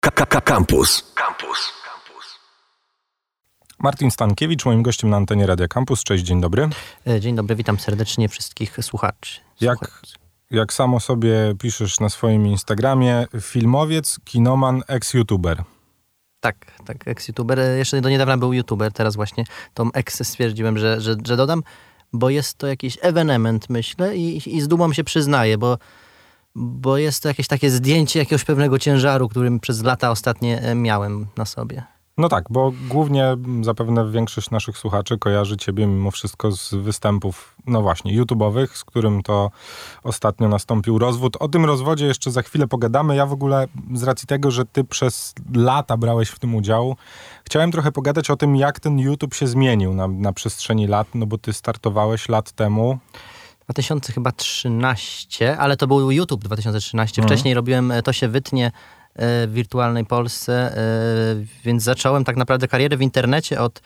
Campus. Martin Stankiewicz, moim gościem na antenie Radia Campus. Cześć, dzień dobry. Dzień dobry, witam serdecznie wszystkich słuchaczy. Jak samo sobie piszesz na swoim Instagramie, filmowiec, kinoman, ex-youtuber. Tak, ex-youtuber. Jeszcze do niedawna był youtuber, teraz właśnie tą ex stwierdziłem, że dodam, bo jest to jakiś ewenement, myślę, i z dumą się przyznaję, bo jest to jakieś takie zdjęcie jakiegoś pewnego ciężaru, którym przez lata ostatnie miałem na sobie. No tak, bo głównie zapewne większość naszych słuchaczy kojarzy ciebie mimo wszystko z występów, no właśnie, YouTube'owych, z którym to ostatnio nastąpił rozwód. O tym rozwodzie jeszcze za chwilę pogadamy. Ja w ogóle z racji tego, że ty przez lata brałeś w tym udział, chciałem trochę pogadać o tym, jak ten YouTube się zmienił na przestrzeni lat, no bo ty startowałeś lat temu. 2013, ale to był YouTube 2013. Wcześniej robiłem To się wytnie w wirtualnej Polsce, więc zacząłem tak naprawdę karierę w internecie od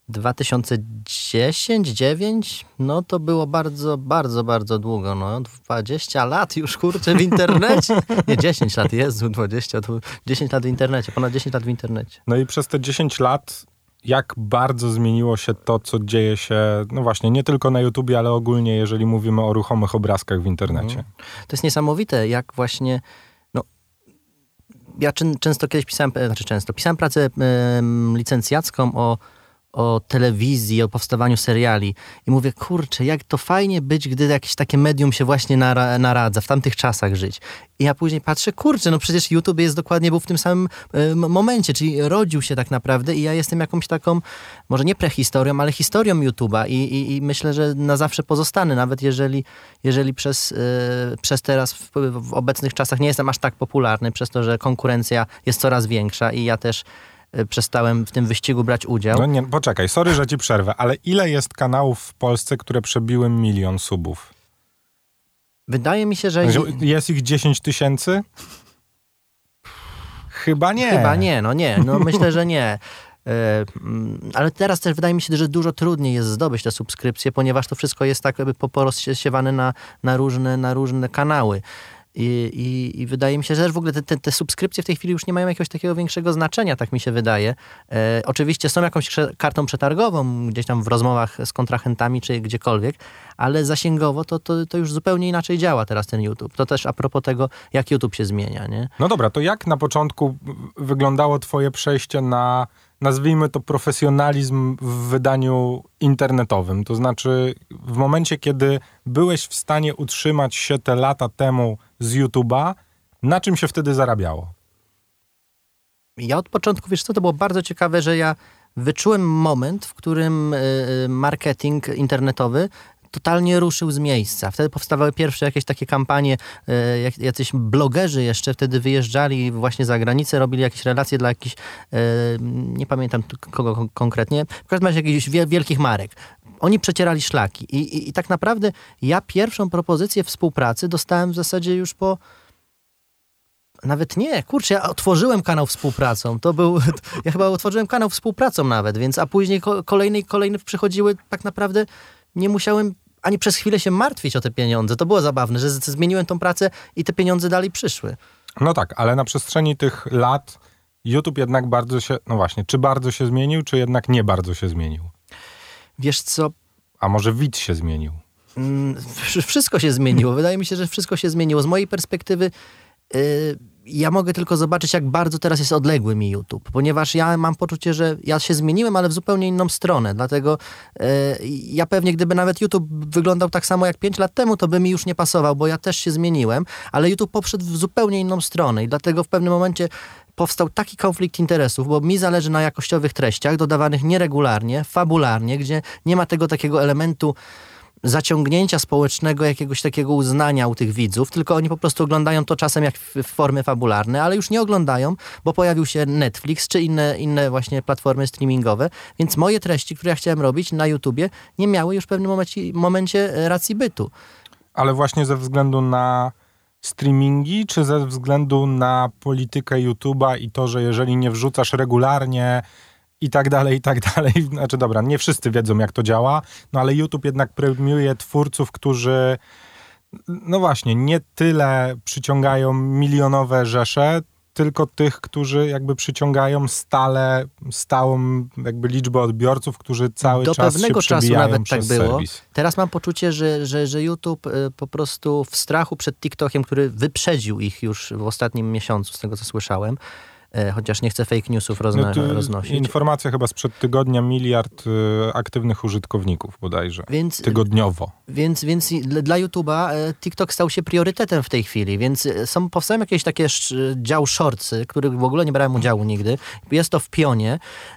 2010-2009, no to było bardzo, bardzo, bardzo długo, no 20 lat już, kurczę, w internecie. Nie, 10 lat, Jezu, 20, to 10 lat w internecie, ponad 10 lat w internecie. No i przez te 10 lat jak bardzo zmieniło się to, co dzieje się, no właśnie, nie tylko na YouTubie, ale ogólnie, jeżeli mówimy o ruchomych obrazkach w internecie. To jest niesamowite, jak właśnie, no, ja często kiedyś pisałem pracę licencjacką o telewizji, o powstawaniu seriali i mówię, kurczę, jak to fajnie być, gdy jakieś takie medium się właśnie naradza, w tamtych czasach żyć. I ja później patrzę, kurczę, no przecież YouTube był w tym samym momencie, czyli rodził się tak naprawdę i ja jestem jakąś taką, może nie prehistorią, ale historią YouTube'a i myślę, że na zawsze pozostanę, nawet jeżeli przez teraz w obecnych czasach nie jestem aż tak popularny, przez to, że konkurencja jest coraz większa i ja też przestałem w tym wyścigu brać udział. No nie, poczekaj, sorry, że ci przerwę, ale ile jest kanałów w Polsce, które przebiły 1 000 000 subów? Wydaje mi się, że... Jest ich 10 000? Chyba nie. No myślę, że nie. Ale teraz też wydaje mi się, że dużo trudniej jest zdobyć te subskrypcje, ponieważ to wszystko jest tak jakby porozsiewane na różne kanały. I wydaje mi się, że też w ogóle te subskrypcje w tej chwili już nie mają jakiegoś takiego większego znaczenia, tak mi się wydaje. Oczywiście są jakąś kartą przetargową gdzieś tam w rozmowach z kontrahentami czy gdziekolwiek, ale zasięgowo to już zupełnie inaczej działa teraz ten YouTube. To też a propos tego, jak YouTube się zmienia, nie? No dobra, to jak na początku wyglądało twoje przejście na, nazwijmy to, profesjonalizm w wydaniu internetowym? To znaczy w momencie, kiedy byłeś w stanie utrzymać się te lata temu z YouTube'a, na czym się wtedy zarabiało? Ja od początku, wiesz co, to było bardzo ciekawe, że ja wyczułem moment, w którym marketing internetowy totalnie ruszył z miejsca. Wtedy powstawały pierwsze jakieś takie kampanie, jacyś blogerzy jeszcze wtedy wyjeżdżali właśnie za granicę, robili jakieś relacje dla jakichś, nie pamiętam kogo konkretnie, w każdym razie jakichś wielkich marek. Oni przecierali szlaki i tak naprawdę ja pierwszą propozycję współpracy dostałem w zasadzie już po... Nawet nie, kurczę, ja otworzyłem kanał współpracą. Ja chyba otworzyłem kanał współpracą nawet, więc a później kolejne przychodziły, tak naprawdę nie musiałem ani przez chwilę się martwić o te pieniądze. To było zabawne, że zmieniłem tą pracę i te pieniądze dalej przyszły. No tak, ale na przestrzeni tych lat YouTube jednak bardzo się, no właśnie, czy bardzo się zmienił, czy jednak nie bardzo się zmienił? Wiesz co? A może widz się zmienił? Wszystko się zmieniło. Wydaje mi się, że wszystko się zmieniło. Z mojej perspektywy ja mogę tylko zobaczyć, jak bardzo teraz jest odległy mi YouTube, ponieważ ja mam poczucie, że ja się zmieniłem, ale w zupełnie inną stronę, dlatego ja pewnie, gdyby nawet YouTube wyglądał tak samo jak 5 lat temu, to by mi już nie pasował, bo ja też się zmieniłem, ale YouTube poszedł w zupełnie inną stronę i dlatego w pewnym momencie powstał taki konflikt interesów, bo mi zależy na jakościowych treściach, dodawanych nieregularnie, fabularnie, gdzie nie ma tego takiego elementu zaciągnięcia społecznego, jakiegoś takiego uznania u tych widzów, tylko oni po prostu oglądają to czasem jak w formy fabularne, ale już nie oglądają, bo pojawił się Netflix czy inne właśnie platformy streamingowe, więc moje treści, które ja chciałem robić na YouTubie, nie miały już w pewnym momencie racji bytu. Ale właśnie ze względu na streamingi, czy ze względu na politykę YouTube'a i to, że jeżeli nie wrzucasz regularnie i tak dalej, znaczy dobra, nie wszyscy wiedzą, jak to działa, no ale YouTube jednak premiuje twórców, którzy no właśnie, nie tyle przyciągają milionowe rzesze, tylko tych, którzy jakby przyciągają stałą jakby liczbę odbiorców, którzy cały do czas pewnego się czasu przebijają nawet przez tak było. serwis. Teraz mam poczucie, że YouTube po prostu w strachu przed TikTokiem, który wyprzedził ich już w ostatnim miesiącu, z tego co słyszałem, chociaż nie chcę fake newsów roznosić. Informacja chyba sprzed tygodnia, 1 miliard aktywnych użytkowników bodajże. Tygodniowo. Więc dla YouTube'a TikTok stał się priorytetem w tej chwili, więc powstają jakieś takie dział shortsy, których w ogóle nie brałem udziału nigdy. Jest to w pionie.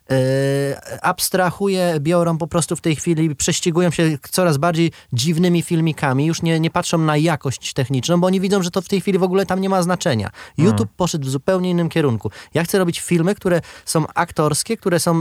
Biorą po prostu w tej chwili, prześcigują się coraz bardziej dziwnymi filmikami, już nie patrzą na jakość techniczną, bo oni widzą, że to w tej chwili w ogóle tam nie ma znaczenia. YouTube poszedł w zupełnie innym kierunku. Ja chcę robić filmy, które są aktorskie, które są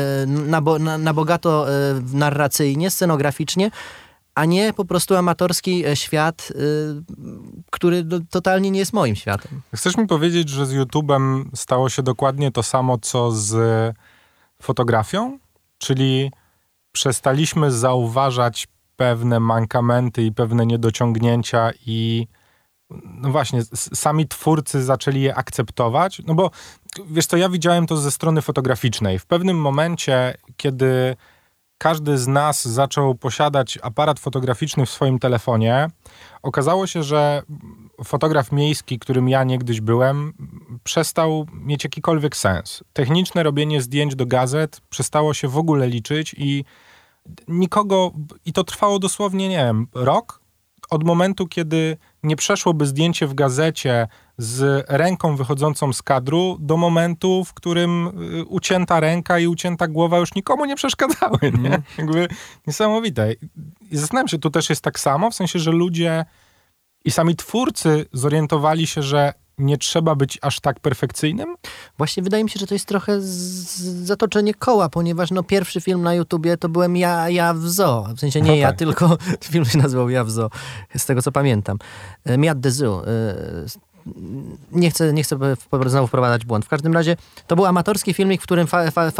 na bogato narracyjnie, scenograficznie, a nie po prostu amatorski świat, który totalnie nie jest moim światem. Chcesz mi powiedzieć, że z YouTube'em stało się dokładnie to samo, co z fotografią? Czyli przestaliśmy zauważać pewne mankamenty i pewne niedociągnięcia i no właśnie, sami twórcy zaczęli je akceptować, no bo wiesz co, ja widziałem to ze strony fotograficznej. W pewnym momencie, kiedy każdy z nas zaczął posiadać aparat fotograficzny w swoim telefonie, okazało się, że fotograf miejski, którym ja niegdyś byłem, przestał mieć jakikolwiek sens. Techniczne robienie zdjęć do gazet przestało się w ogóle liczyć i nikogo, i to trwało dosłownie, nie wiem, rok, od momentu, kiedy nie przeszłoby zdjęcie w gazecie z ręką wychodzącą z kadru do momentu, w którym ucięta ręka i ucięta głowa już nikomu nie przeszkadzały, nie? Jakby niesamowite. I zastanawiam się, tu też jest tak samo, w sensie, że ludzie i sami twórcy zorientowali się, że nie trzeba być aż tak perfekcyjnym? Właśnie wydaje mi się, że to jest trochę zatoczenie koła, ponieważ pierwszy film na YouTubie to byłem ja w zoo. W sensie nie ja, tylko film się nazywał Ja w zoo, z tego co pamiętam. Miat the Zoo. Nie chcę znowu wprowadzać błąd. W każdym razie to był amatorski filmik, w którym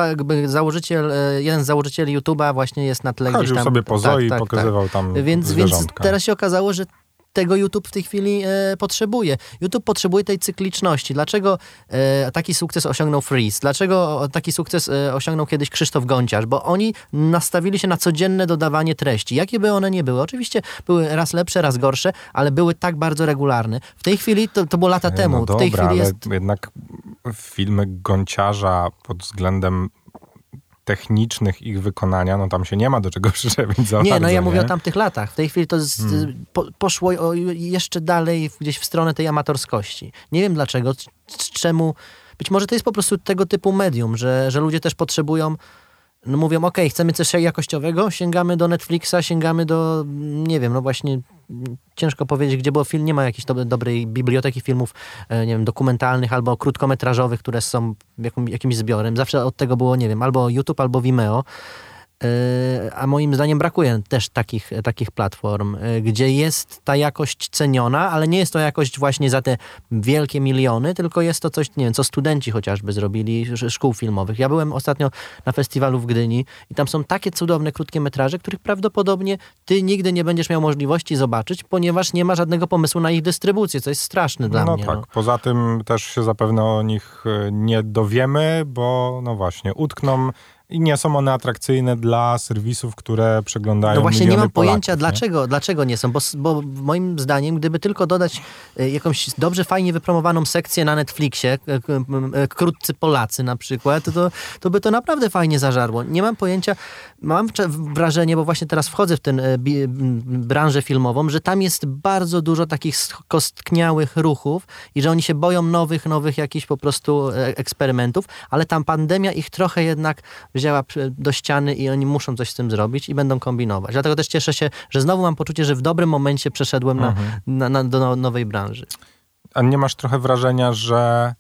jeden z założycieli YouTube'a właśnie jest na tle chodził gdzieś tam. sobie po zoo i pokazywał tam Więc teraz się okazało, że tego YouTube w tej chwili potrzebuje. YouTube potrzebuje tej cykliczności. Dlaczego taki sukces osiągnął Freeze? Dlaczego taki sukces osiągnął kiedyś Krzysztof Gonciarz? Bo oni nastawili się na codzienne dodawanie treści. Jakie by one nie były. Oczywiście były raz lepsze, raz gorsze, ale były tak bardzo regularne. W tej chwili, to było lata temu. No dobra, w tej chwili ale jednak filmy Gonciarza pod względem technicznych ich wykonania, no tam się nie ma do czego przyczepić za Nie, bardzo, ja mówię o tamtych latach. W tej chwili to poszło jeszcze dalej gdzieś w stronę tej amatorskości. Nie wiem dlaczego, czemu. Być może to jest po prostu tego typu medium, że ludzie też potrzebują, mówią, okej, chcemy coś jakościowego, sięgamy do Netflixa, sięgamy do, nie wiem, właśnie ciężko powiedzieć, gdzie, bo film nie ma jakiejś dobrej biblioteki filmów, nie wiem, dokumentalnych albo krótkometrażowych, które są jakimś zbiorem. Zawsze od tego było, nie wiem, albo YouTube, albo Vimeo. A moim zdaniem brakuje też takich platform, gdzie jest ta jakość ceniona, ale nie jest to jakość właśnie za te wielkie miliony, tylko jest to coś, nie wiem, co studenci chociażby zrobili, szkół filmowych. Ja byłem ostatnio na festiwalu w Gdyni i tam są takie cudowne krótkie metraże, których prawdopodobnie ty nigdy nie będziesz miał możliwości zobaczyć, ponieważ nie ma żadnego pomysłu na ich dystrybucję, co jest straszne dla mnie. Tak. Poza tym też się zapewne o nich nie dowiemy, bo no właśnie, utkną i nie są one atrakcyjne dla serwisów, które przeglądają No właśnie nie mam pojęcia, Polaków, dlaczego nie są, bo moim zdaniem, gdyby tylko dodać jakąś dobrze, fajnie wypromowaną sekcję na Netflixie, Krótcy Polacy na przykład, to by to naprawdę fajnie zażarło. Nie mam pojęcia, mam wrażenie, bo właśnie teraz wchodzę w tę branżę filmową, że tam jest bardzo dużo takich skostniałych ruchów i że oni się boją nowych jakichś po prostu eksperymentów, ale tam pandemia ich trochę jednak wzięła do ściany i oni muszą coś z tym zrobić i będą kombinować. Dlatego też cieszę się, że znowu mam poczucie, że w dobrym momencie przeszedłem do nowej branży. A nie masz trochę wrażenia, że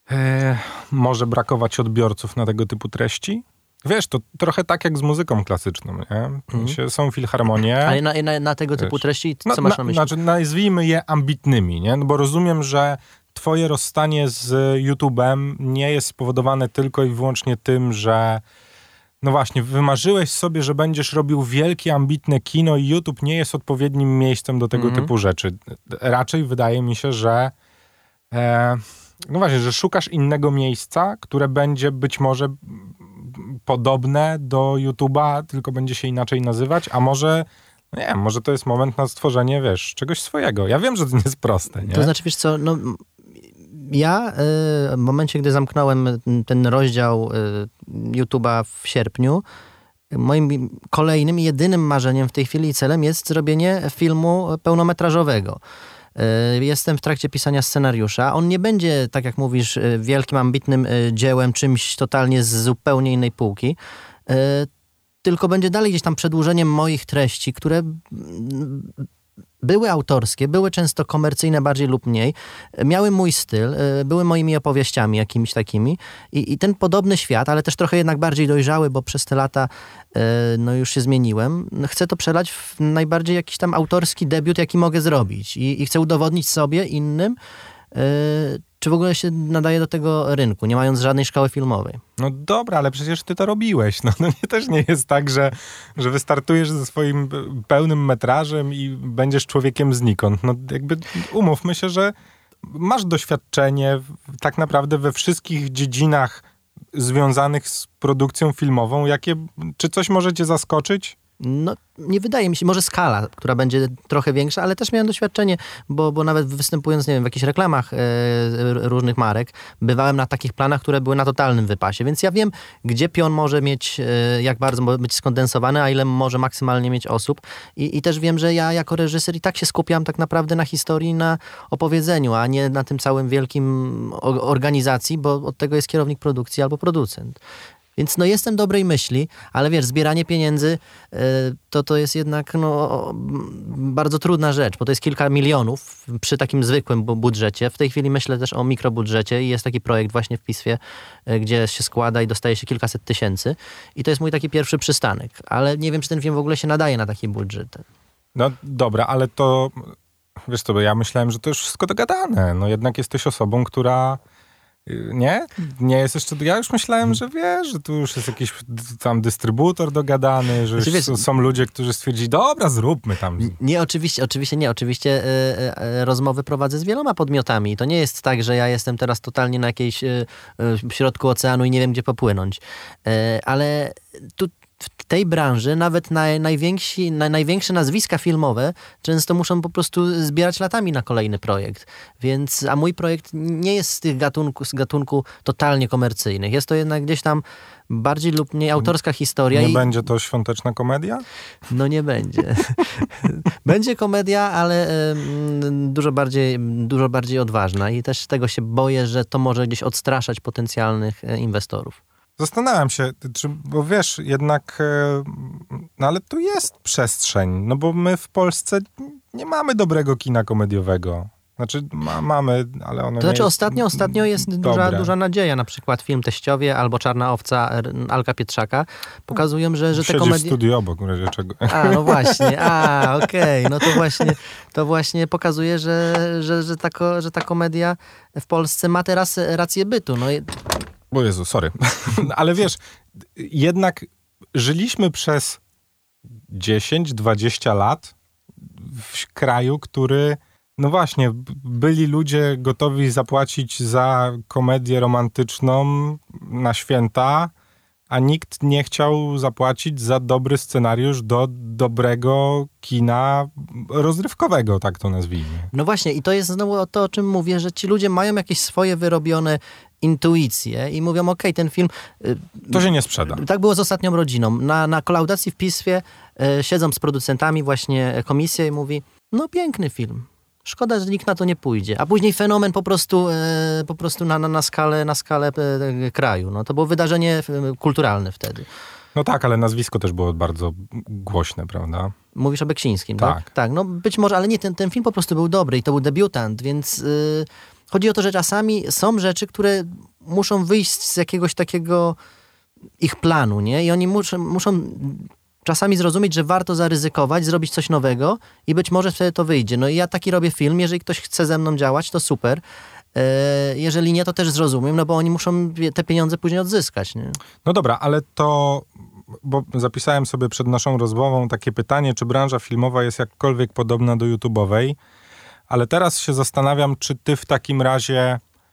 może brakować odbiorców na tego typu treści? Wiesz, to trochę tak jak z muzyką klasyczną, nie? Są filharmonie. Ale na tego typu treści co masz na myśli? Znaczy, nazwijmy je ambitnymi, nie? No bo rozumiem, że twoje rozstanie z YouTube'em nie jest spowodowane tylko i wyłącznie tym, że no właśnie, wymarzyłeś sobie, że będziesz robił wielkie, ambitne kino i YouTube nie jest odpowiednim miejscem do tego typu rzeczy. Raczej wydaje mi się, że No właśnie, że szukasz innego miejsca, które będzie być może podobne do YouTube'a, tylko będzie się inaczej nazywać, a może, no nie wiem, może to jest moment na stworzenie, wiesz, czegoś swojego. Ja wiem, że to nie jest proste, nie? To znaczy, wiesz co, no ja w momencie, gdy zamknąłem ten rozdział YouTube'a w sierpniu, moim kolejnym i jedynym marzeniem w tej chwili i celem jest zrobienie filmu pełnometrażowego. Jestem w trakcie pisania scenariusza. On nie będzie, tak jak mówisz, wielkim, ambitnym dziełem, czymś totalnie z zupełnie innej półki, tylko będzie dalej gdzieś tam przedłużeniem moich treści, które były autorskie, były często komercyjne bardziej lub mniej, miały mój styl, były moimi opowieściami jakimiś takimi i ten podobny świat, ale też trochę jednak bardziej dojrzały, bo przez te lata no już się zmieniłem. Chcę to przelać w najbardziej jakiś tam autorski debiut, jaki mogę zrobić i chcę udowodnić sobie, innym, czy w ogóle się nadaje do tego rynku, nie mając żadnej szkoły filmowej. No dobra, ale przecież ty to robiłeś. No też nie jest tak, że wystartujesz ze swoim pełnym metrażem i będziesz człowiekiem znikąd. No jakby umówmy się, że masz doświadczenie tak naprawdę we wszystkich dziedzinach związanych z produkcją filmową. Czy coś może cię zaskoczyć? No, nie wydaje mi się, może skala, która będzie trochę większa, ale też miałem doświadczenie, bo nawet występując, nie wiem, w jakichś reklamach różnych marek, bywałem na takich planach, które były na totalnym wypasie, więc ja wiem, gdzie pion może mieć, jak bardzo może być skondensowany, a ile może maksymalnie mieć osób i też wiem, że ja jako reżyser i tak się skupiam tak naprawdę na historii, na opowiedzeniu, a nie na tym całym wielkim organizacji, bo od tego jest kierownik produkcji albo producent. Więc no jestem dobrej myśli, ale wiesz, zbieranie pieniędzy to jest jednak bardzo trudna rzecz, bo to jest kilka milionów przy takim zwykłym budżecie. W tej chwili myślę też o mikrobudżecie i jest taki projekt właśnie w Pisfie, gdzie się składa i dostaje się kilkaset tysięcy i to jest mój taki pierwszy przystanek, ale nie wiem, czy ten film w ogóle się nadaje na taki budżet. No dobra, ale to wiesz co, bo ja myślałem, że to już wszystko dogadane. No jednak jesteś osobą, która nie jest jeszcze... Ja już myślałem, że wiesz, że tu już jest jakiś tam dystrybutor dogadany, że już są ludzie, którzy stwierdzili, dobra, zróbmy tam. Nie, oczywiście nie. Oczywiście rozmowy prowadzę z wieloma podmiotami. To nie jest tak, że ja jestem teraz totalnie na jakiejś środku oceanu i nie wiem, gdzie popłynąć. Ale tu w tej branży nawet największe nazwiska filmowe często muszą po prostu zbierać latami na kolejny projekt. A mój projekt nie jest z tych gatunku totalnie komercyjnych. Jest to jednak gdzieś tam bardziej lub mniej autorska historia. Nie będzie to świąteczna komedia? No nie będzie. Będzie komedia, ale dużo bardziej odważna i też tego się boję, że to może gdzieś odstraszać potencjalnych inwestorów. Zastanawiam się, bo wiesz, jednak, no ale tu jest przestrzeń, no bo my w Polsce nie mamy dobrego kina komediowego. Znaczy mamy, ale ono to znaczy nie jest ostatnio jest duża nadzieja, na przykład film Teściowie albo Czarna owca Alka Pietrzaka pokazują, że te komedie... w studiu obok, w razie czego. No właśnie, okej. No to właśnie pokazuje, że ta komedia w Polsce ma teraz rację bytu. No. O Jezu, sorry. Ale wiesz, jednak żyliśmy przez 10-20 lat w kraju, który, no właśnie, byli ludzie gotowi zapłacić za komedię romantyczną na święta, a nikt nie chciał zapłacić za dobry scenariusz do dobrego kina rozrywkowego, tak to nazwijmy. No właśnie, i to jest znowu to, o czym mówię, że ci ludzie mają jakieś swoje wyrobione intuicje i mówią, okej, ten film... To się nie sprzeda. Tak było z Ostatnią rodziną. Na kolaudacji w Pisfie siedzą z producentami właśnie komisja i mówi, no piękny film. Szkoda, że nikt na to nie pójdzie. A później fenomen po prostu na skalę kraju. No, to było wydarzenie kulturalne wtedy. No tak, ale nazwisko też było bardzo głośne, prawda? Mówisz o Beksińskim, tak? Tak, no być może, ale nie, ten film po prostu był dobry i to był debiutant, więc chodzi o to, że czasami są rzeczy, które muszą wyjść z jakiegoś takiego ich planu, nie? I oni muszą czasami zrozumieć, że warto zaryzykować, zrobić coś nowego i być może wtedy to wyjdzie. No i ja taki robię film, jeżeli ktoś chce ze mną działać, to super. Jeżeli nie, to też zrozumiem, no bo oni muszą te pieniądze później odzyskać, nie? No dobra, ale to... Bo zapisałem sobie przed naszą rozmową takie pytanie, czy branża filmowa jest jakkolwiek podobna do YouTube'owej, ale teraz się zastanawiam, czy ty w takim razie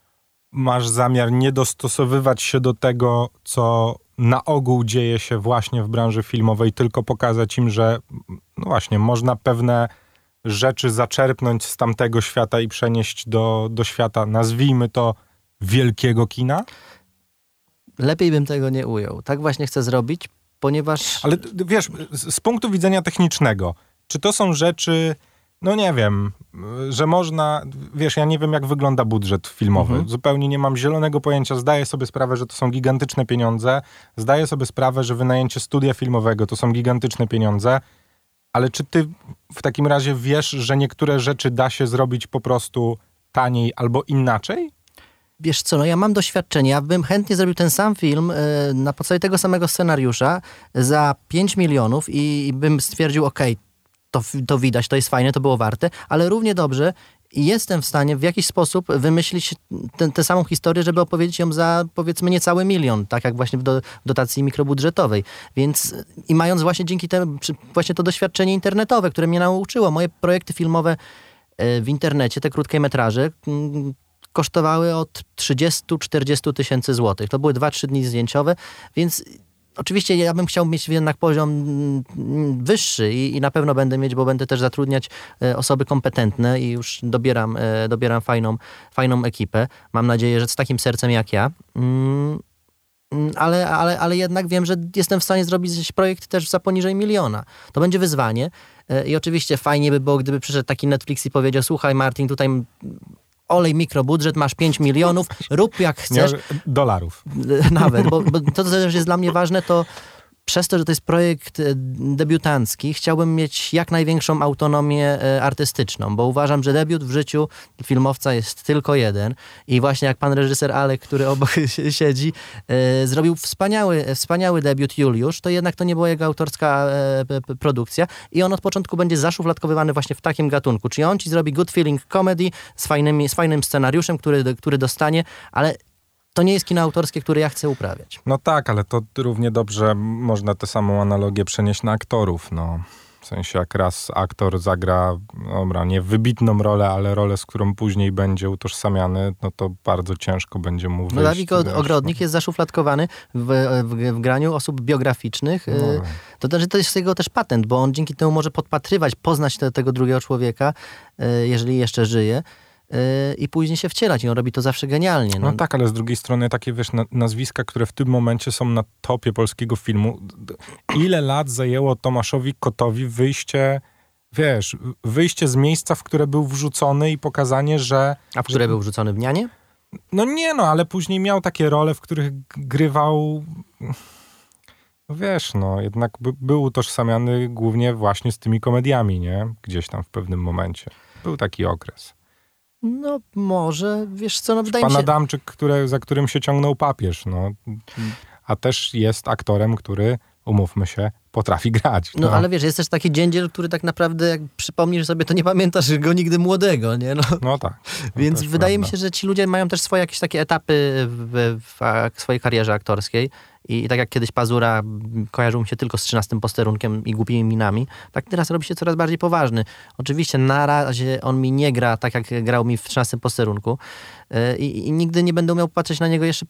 masz zamiar nie dostosowywać się do tego, co na ogół dzieje się właśnie w branży filmowej, tylko pokazać im, że no właśnie, można pewne rzeczy zaczerpnąć z tamtego świata i przenieść do świata, nazwijmy to, wielkiego kina? Lepiej bym tego nie ujął. Tak właśnie chcę zrobić, ponieważ... Ale wiesz, z punktu widzenia technicznego, czy to są rzeczy, no nie wiem, że można, wiesz, ja nie wiem, jak wygląda budżet filmowy. Zupełnie nie mam zielonego pojęcia. Zdaję sobie sprawę, że to są gigantyczne pieniądze. Zdaję sobie sprawę, że wynajęcie studia filmowego to są gigantyczne pieniądze. Ale czy ty w takim razie wiesz, że niektóre rzeczy da się zrobić po prostu taniej albo inaczej? Wiesz co, no ja mam doświadczenie. Ja bym chętnie zrobił ten sam film na podstawie tego samego scenariusza za 5 milionów i bym stwierdził, okej, to widać, to jest fajne, to było warte, ale równie dobrze jestem w stanie w jakiś sposób wymyślić tę samą historię, żeby opowiedzieć ją za, powiedzmy, niecały milion, tak jak właśnie w dotacji mikrobudżetowej. Więc i mając właśnie dzięki temu właśnie to doświadczenie internetowe, które mnie nauczyło, moje projekty filmowe w internecie, te krótkometraże, kosztowały od 30-40 tysięcy złotych. To były 2-3 dni zdjęciowe, więc oczywiście ja bym chciał mieć jednak poziom wyższy i na pewno będę mieć, bo będę też zatrudniać osoby kompetentne i już dobieram fajną ekipę. Mam nadzieję, że z takim sercem jak ja. Ale jednak wiem, że jestem w stanie zrobić projekt też za poniżej miliona. To będzie wyzwanie i oczywiście fajnie by było, gdyby przyszedł taki Netflix i powiedział: słuchaj Martin, tutaj olej mikrobudżet, masz 5 milionów, rób jak chcesz. Dolarów. Nawet, bo to też jest dla mnie ważne, to przez to, że to jest projekt debiutancki, chciałbym mieć jak największą autonomię artystyczną, bo uważam, że debiut w życiu filmowca jest tylko jeden i właśnie jak pan reżyser Alek, który obok siedzi, zrobił wspaniały debiut Juliusz, to jednak to nie była jego autorska produkcja i on od początku będzie zaszufladkowywany właśnie w takim gatunku. Czyli on ci zrobi good feeling comedy z fajnym scenariuszem, który dostanie, ale to nie jest kino autorskie, które ja chcę uprawiać. No tak, ale to równie dobrze można tę samą analogię przenieść na aktorów. No. W sensie jak raz aktor zagra, dobra, nie wybitną rolę, ale rolę, z którą później będzie utożsamiany, no to bardzo ciężko będzie mu wyjść. No Dawid Ogrodnik jest zaszufladkowany w graniu osób biograficznych. No. To jest jego też patent, bo on dzięki temu może podpatrywać, poznać tego drugiego człowieka, jeżeli jeszcze żyje. I później się wcielać i on robi to zawsze genialnie. No tak, ale z drugiej strony takie, wiesz, nazwiska, które w tym momencie są na topie polskiego filmu. Ile lat zajęło Tomaszowi Kotowi wyjście z miejsca, w które był wrzucony i pokazanie, że... A w które był wrzucony w Nianie? No nie, ale później miał takie role, w których grywał... No wiesz, jednak był utożsamiany głównie właśnie z tymi komediami, nie? Gdzieś tam w pewnym momencie. Był taki okres. No może, wiesz co, wydaje mi się... Pan Adamczyk, za którym się ciągnął papież, a też jest aktorem, który, umówmy się, potrafi grać. No ale wiesz, jest też taki dziędziel, który tak naprawdę, jak przypomnisz sobie, to nie pamiętasz go nigdy młodego, nie? No tak. Więc wydaje mi się, że ci ludzie mają też swoje jakieś takie etapy w swojej karierze aktorskiej. I tak jak kiedyś Pazura kojarzył mi się tylko z 13 posterunkiem i głupimi minami, tak teraz robi się coraz bardziej poważny. Oczywiście na razie on mi nie gra tak, jak grał mi w 13 posterunku i nigdy nie będę umiał patrzeć na niego jeszcze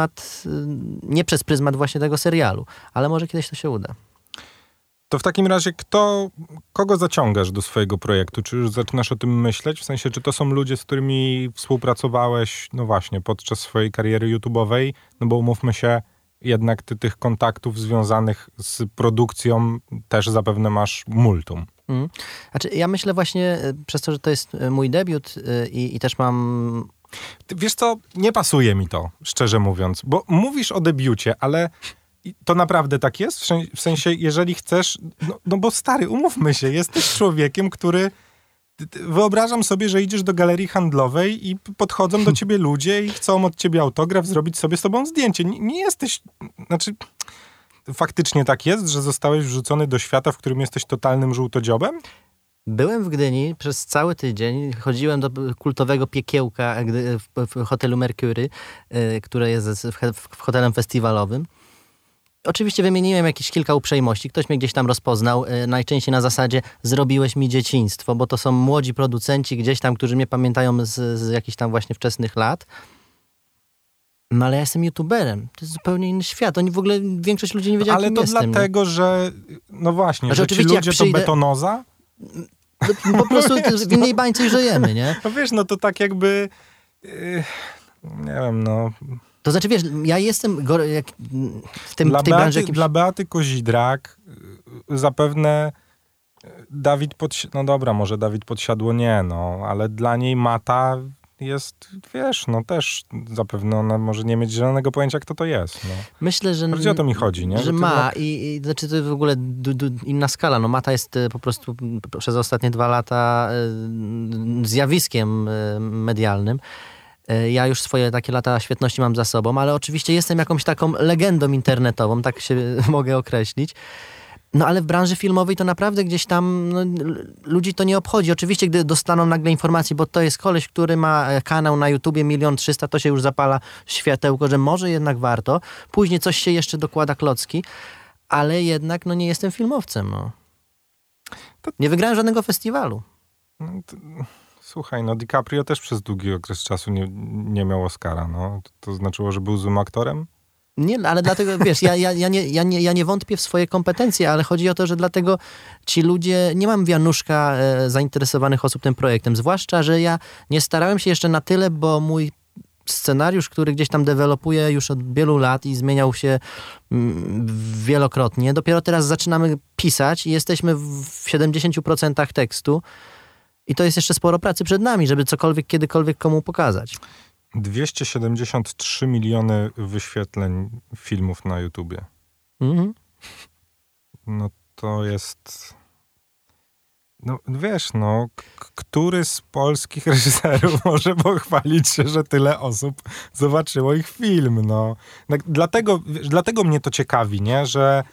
nie przez pryzmat właśnie tego serialu, ale może kiedyś to się uda. To w takim razie kogo zaciągasz do swojego projektu? Czy już zaczynasz o tym myśleć? W sensie, czy to są ludzie, z którymi współpracowałeś, no właśnie, podczas swojej kariery YouTube'owej? No bo umówmy się, jednak ty tych kontaktów związanych z produkcją też zapewne masz multum. Znaczy, ja myślę właśnie, przez to, że to jest mój debiut i też mam... Wiesz co, nie pasuje mi to, szczerze mówiąc, bo mówisz o debiucie, ale to naprawdę tak jest? W sensie, jeżeli chcesz, no bo stary, umówmy się, jesteś człowiekiem, który... Wyobrażam sobie, że idziesz do galerii handlowej i podchodzą do ciebie ludzie i chcą od ciebie autograf, zrobić sobie z tobą zdjęcie. Nie jesteś... Znaczy, faktycznie tak jest, że zostałeś wrzucony do świata, w którym jesteś totalnym żółtodziobem? Byłem w Gdyni przez cały tydzień. Chodziłem do kultowego Piekiełka w hotelu Mercury, które jest hotelem festiwalowym. Oczywiście wymieniłem jakieś kilka uprzejmości. Ktoś mnie gdzieś tam rozpoznał. Najczęściej na zasadzie zrobiłeś mi dzieciństwo, bo to są młodzi producenci gdzieś tam, którzy mnie pamiętają z jakichś tam właśnie wczesnych lat. No ale ja jestem youtuberem. To jest zupełnie inny świat. Oni w ogóle, większość ludzi nie wiedziała, ale kim to jestem. dlatego, że no właśnie, Znaczy, że ci oczywiście, ludzie jak przyjdę- to betonoza? Po prostu w innej bańce i żyjemy, nie? No wiesz, no to tak jakby... nie wiem, no... To znaczy, wiesz, ja jestem jak w tej branży jakimś... Dla Beaty Kozidrak zapewne Dawid no dobra, może Dawid Podsiadło nie, no, ale dla niej Mata jest, wiesz, no też zapewne ona może nie mieć zielonego pojęcia, kto to jest. No. Myślę, że... Bardziej o to mi chodzi, nie? Że ma i znaczy to w ogóle inna skala. No Mata jest po prostu przez ostatnie 2 lata zjawiskiem medialnym. Ja już swoje takie lata świetności mam za sobą, ale oczywiście jestem jakąś taką legendą internetową, tak się mogę określić. No ale w branży filmowej to naprawdę gdzieś tam ludzi to nie obchodzi. Oczywiście, gdy dostaną nagle informację, bo to jest koleś, który ma kanał na YouTubie 1 300 000, to się już zapala światełko, że może jednak warto. Później coś się jeszcze dokłada klocki, ale jednak nie jestem filmowcem. No. Nie wygrałem żadnego festiwalu. Słuchaj, no DiCaprio też przez długi okres czasu nie miał Oscara. No. To znaczyło, że był złym aktorem? Nie, ale dlatego, wiesz, ja nie wątpię w swoje kompetencje, ale chodzi o to, że dlatego ci ludzie, nie mam wianuszka zainteresowanych osób tym projektem, zwłaszcza, że ja nie starałem się jeszcze na tyle, bo mój scenariusz, który gdzieś tam dewelopuję już od wielu lat i zmieniał się wielokrotnie, dopiero teraz zaczynamy pisać i jesteśmy w 70% tekstu i to jest jeszcze sporo pracy przed nami, żeby cokolwiek, kiedykolwiek komu pokazać. 273 miliony wyświetleń filmów na YouTubie. Mhm. No to jest... No wiesz, no, który z polskich reżyserów może pochwalić się, że tyle osób zobaczyło ich film, no. Dlatego mnie to ciekawi, nie?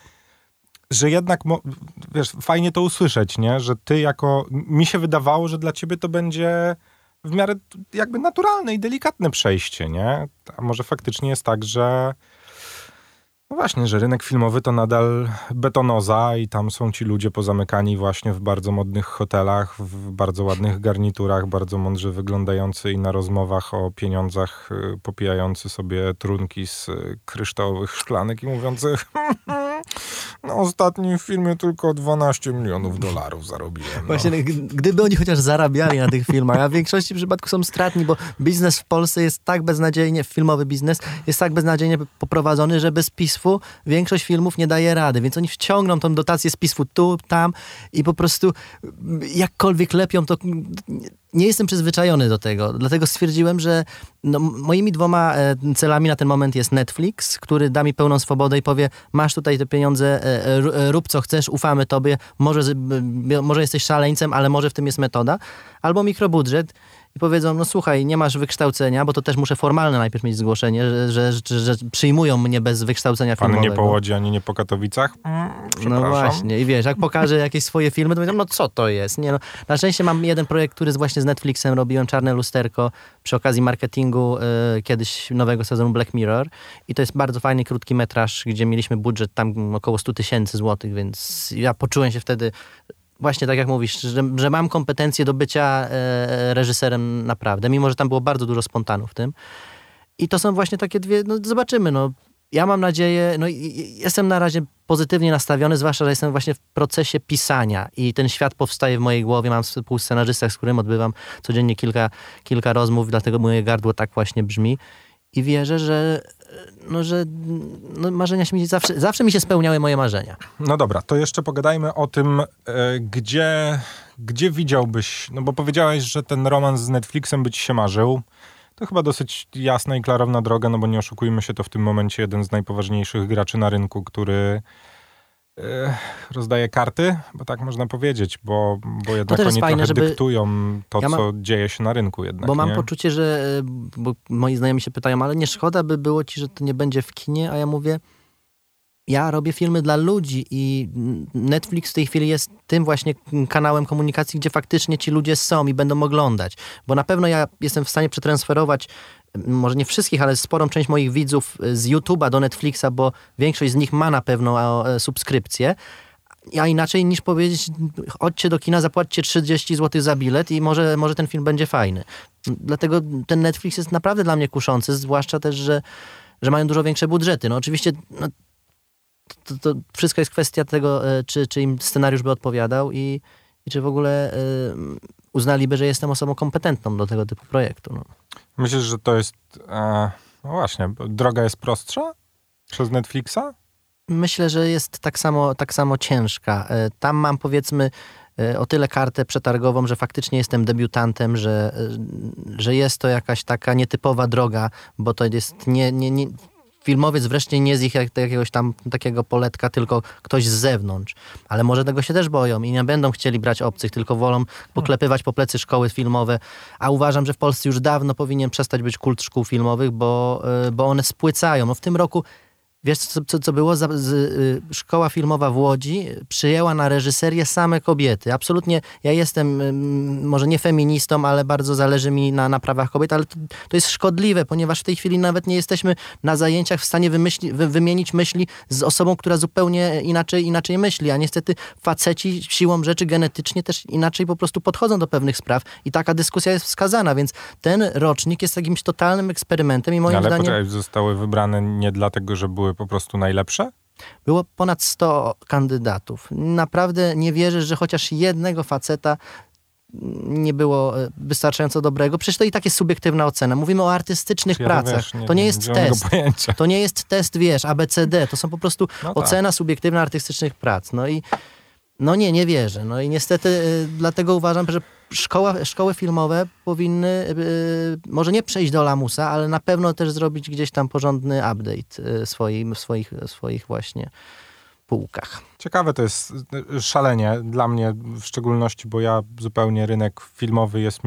Że jednak, wiesz, fajnie to usłyszeć, nie? Że ty mi się wydawało, że dla ciebie to będzie w miarę jakby naturalne i delikatne przejście, nie? A może faktycznie jest tak, że no właśnie, że rynek filmowy to nadal betonoza i tam są ci ludzie pozamykani właśnie w bardzo modnych hotelach, w bardzo ładnych garniturach, bardzo mądrze wyglądający i na rozmowach o pieniądzach popijający sobie trunki z kryształowych szklanek i mówiący na ostatnim filmie tylko $12 milionów zarobiłem. No. Właśnie, gdyby oni chociaż zarabiali na tych filmach, a w większości przypadków są stratni, bo biznes w Polsce jest tak beznadziejnie, filmowy biznes jest tak beznadziejnie poprowadzony, że bez PiS-u większość filmów nie daje rady, więc oni wciągną tą dotację z PiS-u tu, tam i po prostu jakkolwiek lepią, to nie jestem przyzwyczajony do tego. Dlatego stwierdziłem, że moimi 2 celami na ten moment jest Netflix, który da mi pełną swobodę i powie, masz tutaj te pieniądze, rób co chcesz, ufamy tobie, może jesteś szaleńcem, ale może w tym jest metoda. Albo mikrobudżet i powiedzą, no słuchaj, nie masz wykształcenia, bo to też muszę formalne najpierw mieć zgłoszenie, że przyjmują mnie bez wykształcenia filmowego. Pan nie po Łodzi, ani nie po Katowicach? No właśnie. I wiesz, jak pokażę jakieś swoje filmy, to mówią, no co to jest? Nie, no. Na szczęście mam jeden projekt, który właśnie z Netflixem robiłem, Czarne lusterko, przy okazji marketingu kiedyś nowego sezonu Black Mirror. I to jest bardzo fajny, krótki metraż, gdzie mieliśmy budżet tam około 100 000 złotych, więc ja poczułem się wtedy właśnie tak jak mówisz, że mam kompetencje do bycia reżyserem naprawdę, mimo że tam było bardzo dużo spontanu w tym. I to są właśnie takie dwie, no zobaczymy, no. Ja mam nadzieję, no jestem na razie pozytywnie nastawiony, zwłaszcza, że jestem właśnie w procesie pisania i ten świat powstaje w mojej głowie. Mam współscenarzystę, z którym odbywam codziennie kilka rozmów, dlatego moje gardło tak właśnie brzmi. I wierzę, że marzenia się mi zawsze mi się spełniały moje marzenia. No dobra, to jeszcze pogadajmy o tym, gdzie widziałbyś, no bo powiedziałeś, że ten romans z Netflixem by ci się marzył. To chyba dosyć jasna i klarowna droga, no bo nie oszukujmy się, to w tym momencie jeden z najpoważniejszych graczy na rynku, który rozdaje karty, bo tak można powiedzieć, bo jednak oni fajne, trochę dyktują to, co dzieje się na rynku jednak. Bo mam poczucie, że bo moi znajomi się pytają, ale nie szkoda by było ci, że to nie będzie w kinie, a ja mówię, ja robię filmy dla ludzi i Netflix w tej chwili jest tym właśnie kanałem komunikacji, gdzie faktycznie ci ludzie są i będą oglądać. Bo na pewno ja jestem w stanie przetransferować, może nie wszystkich, ale sporą część moich widzów z YouTube'a do Netflixa, bo większość z nich ma na pewno subskrypcję. A inaczej niż powiedzieć, chodźcie do kina, zapłaćcie 30 zł za bilet i może ten film będzie fajny. Dlatego ten Netflix jest naprawdę dla mnie kuszący, zwłaszcza też, że mają dużo większe budżety. No oczywiście to wszystko jest kwestia tego, czy im scenariusz by odpowiadał i czy w ogóle uznaliby, że jestem osobą kompetentną do tego typu projektu. No. Myślisz, że to jest... no właśnie, droga jest prostsza przez Netflixa? Myślę, że jest tak samo ciężka. Tam mam, powiedzmy, o tyle kartę przetargową, że faktycznie jestem debiutantem, że jest to jakaś taka nietypowa droga, bo to jest filmowiec wreszcie nie z ich jakiegoś tam takiego poletka, tylko ktoś z zewnątrz. Ale może tego się też boją i nie będą chcieli brać obcych, tylko wolą poklepywać po plecy szkoły filmowe. A uważam, że w Polsce już dawno powinien przestać być kult szkół filmowych, bo one spłycają. No w tym roku, wiesz co było? Szkoła filmowa w Łodzi przyjęła na reżyserię same kobiety. Absolutnie, ja jestem może nie feministą, ale bardzo zależy mi na prawach kobiet, ale to jest szkodliwe, ponieważ w tej chwili nawet nie jesteśmy na zajęciach w stanie wymienić myśli z osobą, która zupełnie inaczej myśli, a niestety faceci siłą rzeczy genetycznie też inaczej po prostu podchodzą do pewnych spraw i taka dyskusja jest wskazana, więc ten rocznik jest jakimś totalnym eksperymentem i moim zdaniem... Ale zostały wybrane nie dlatego, że były po prostu najlepsze? Było ponad 100 kandydatów. Naprawdę nie wierzę, że chociaż jednego faceta nie było wystarczająco dobrego. Przecież to i tak jest subiektywna ocena. Mówimy o artystycznych pracach. To nie jest test. To nie jest test, wiesz, ABCD. To są po prostu ocena subiektywna artystycznych prac. No i nie wierzę. No i niestety dlatego uważam, że szkoły filmowe powinny może nie przejść do lamusa, ale na pewno też zrobić gdzieś tam porządny update w swoich właśnie półkach. Ciekawe to jest szalenie dla mnie w szczególności, bo ja zupełnie rynek filmowy jest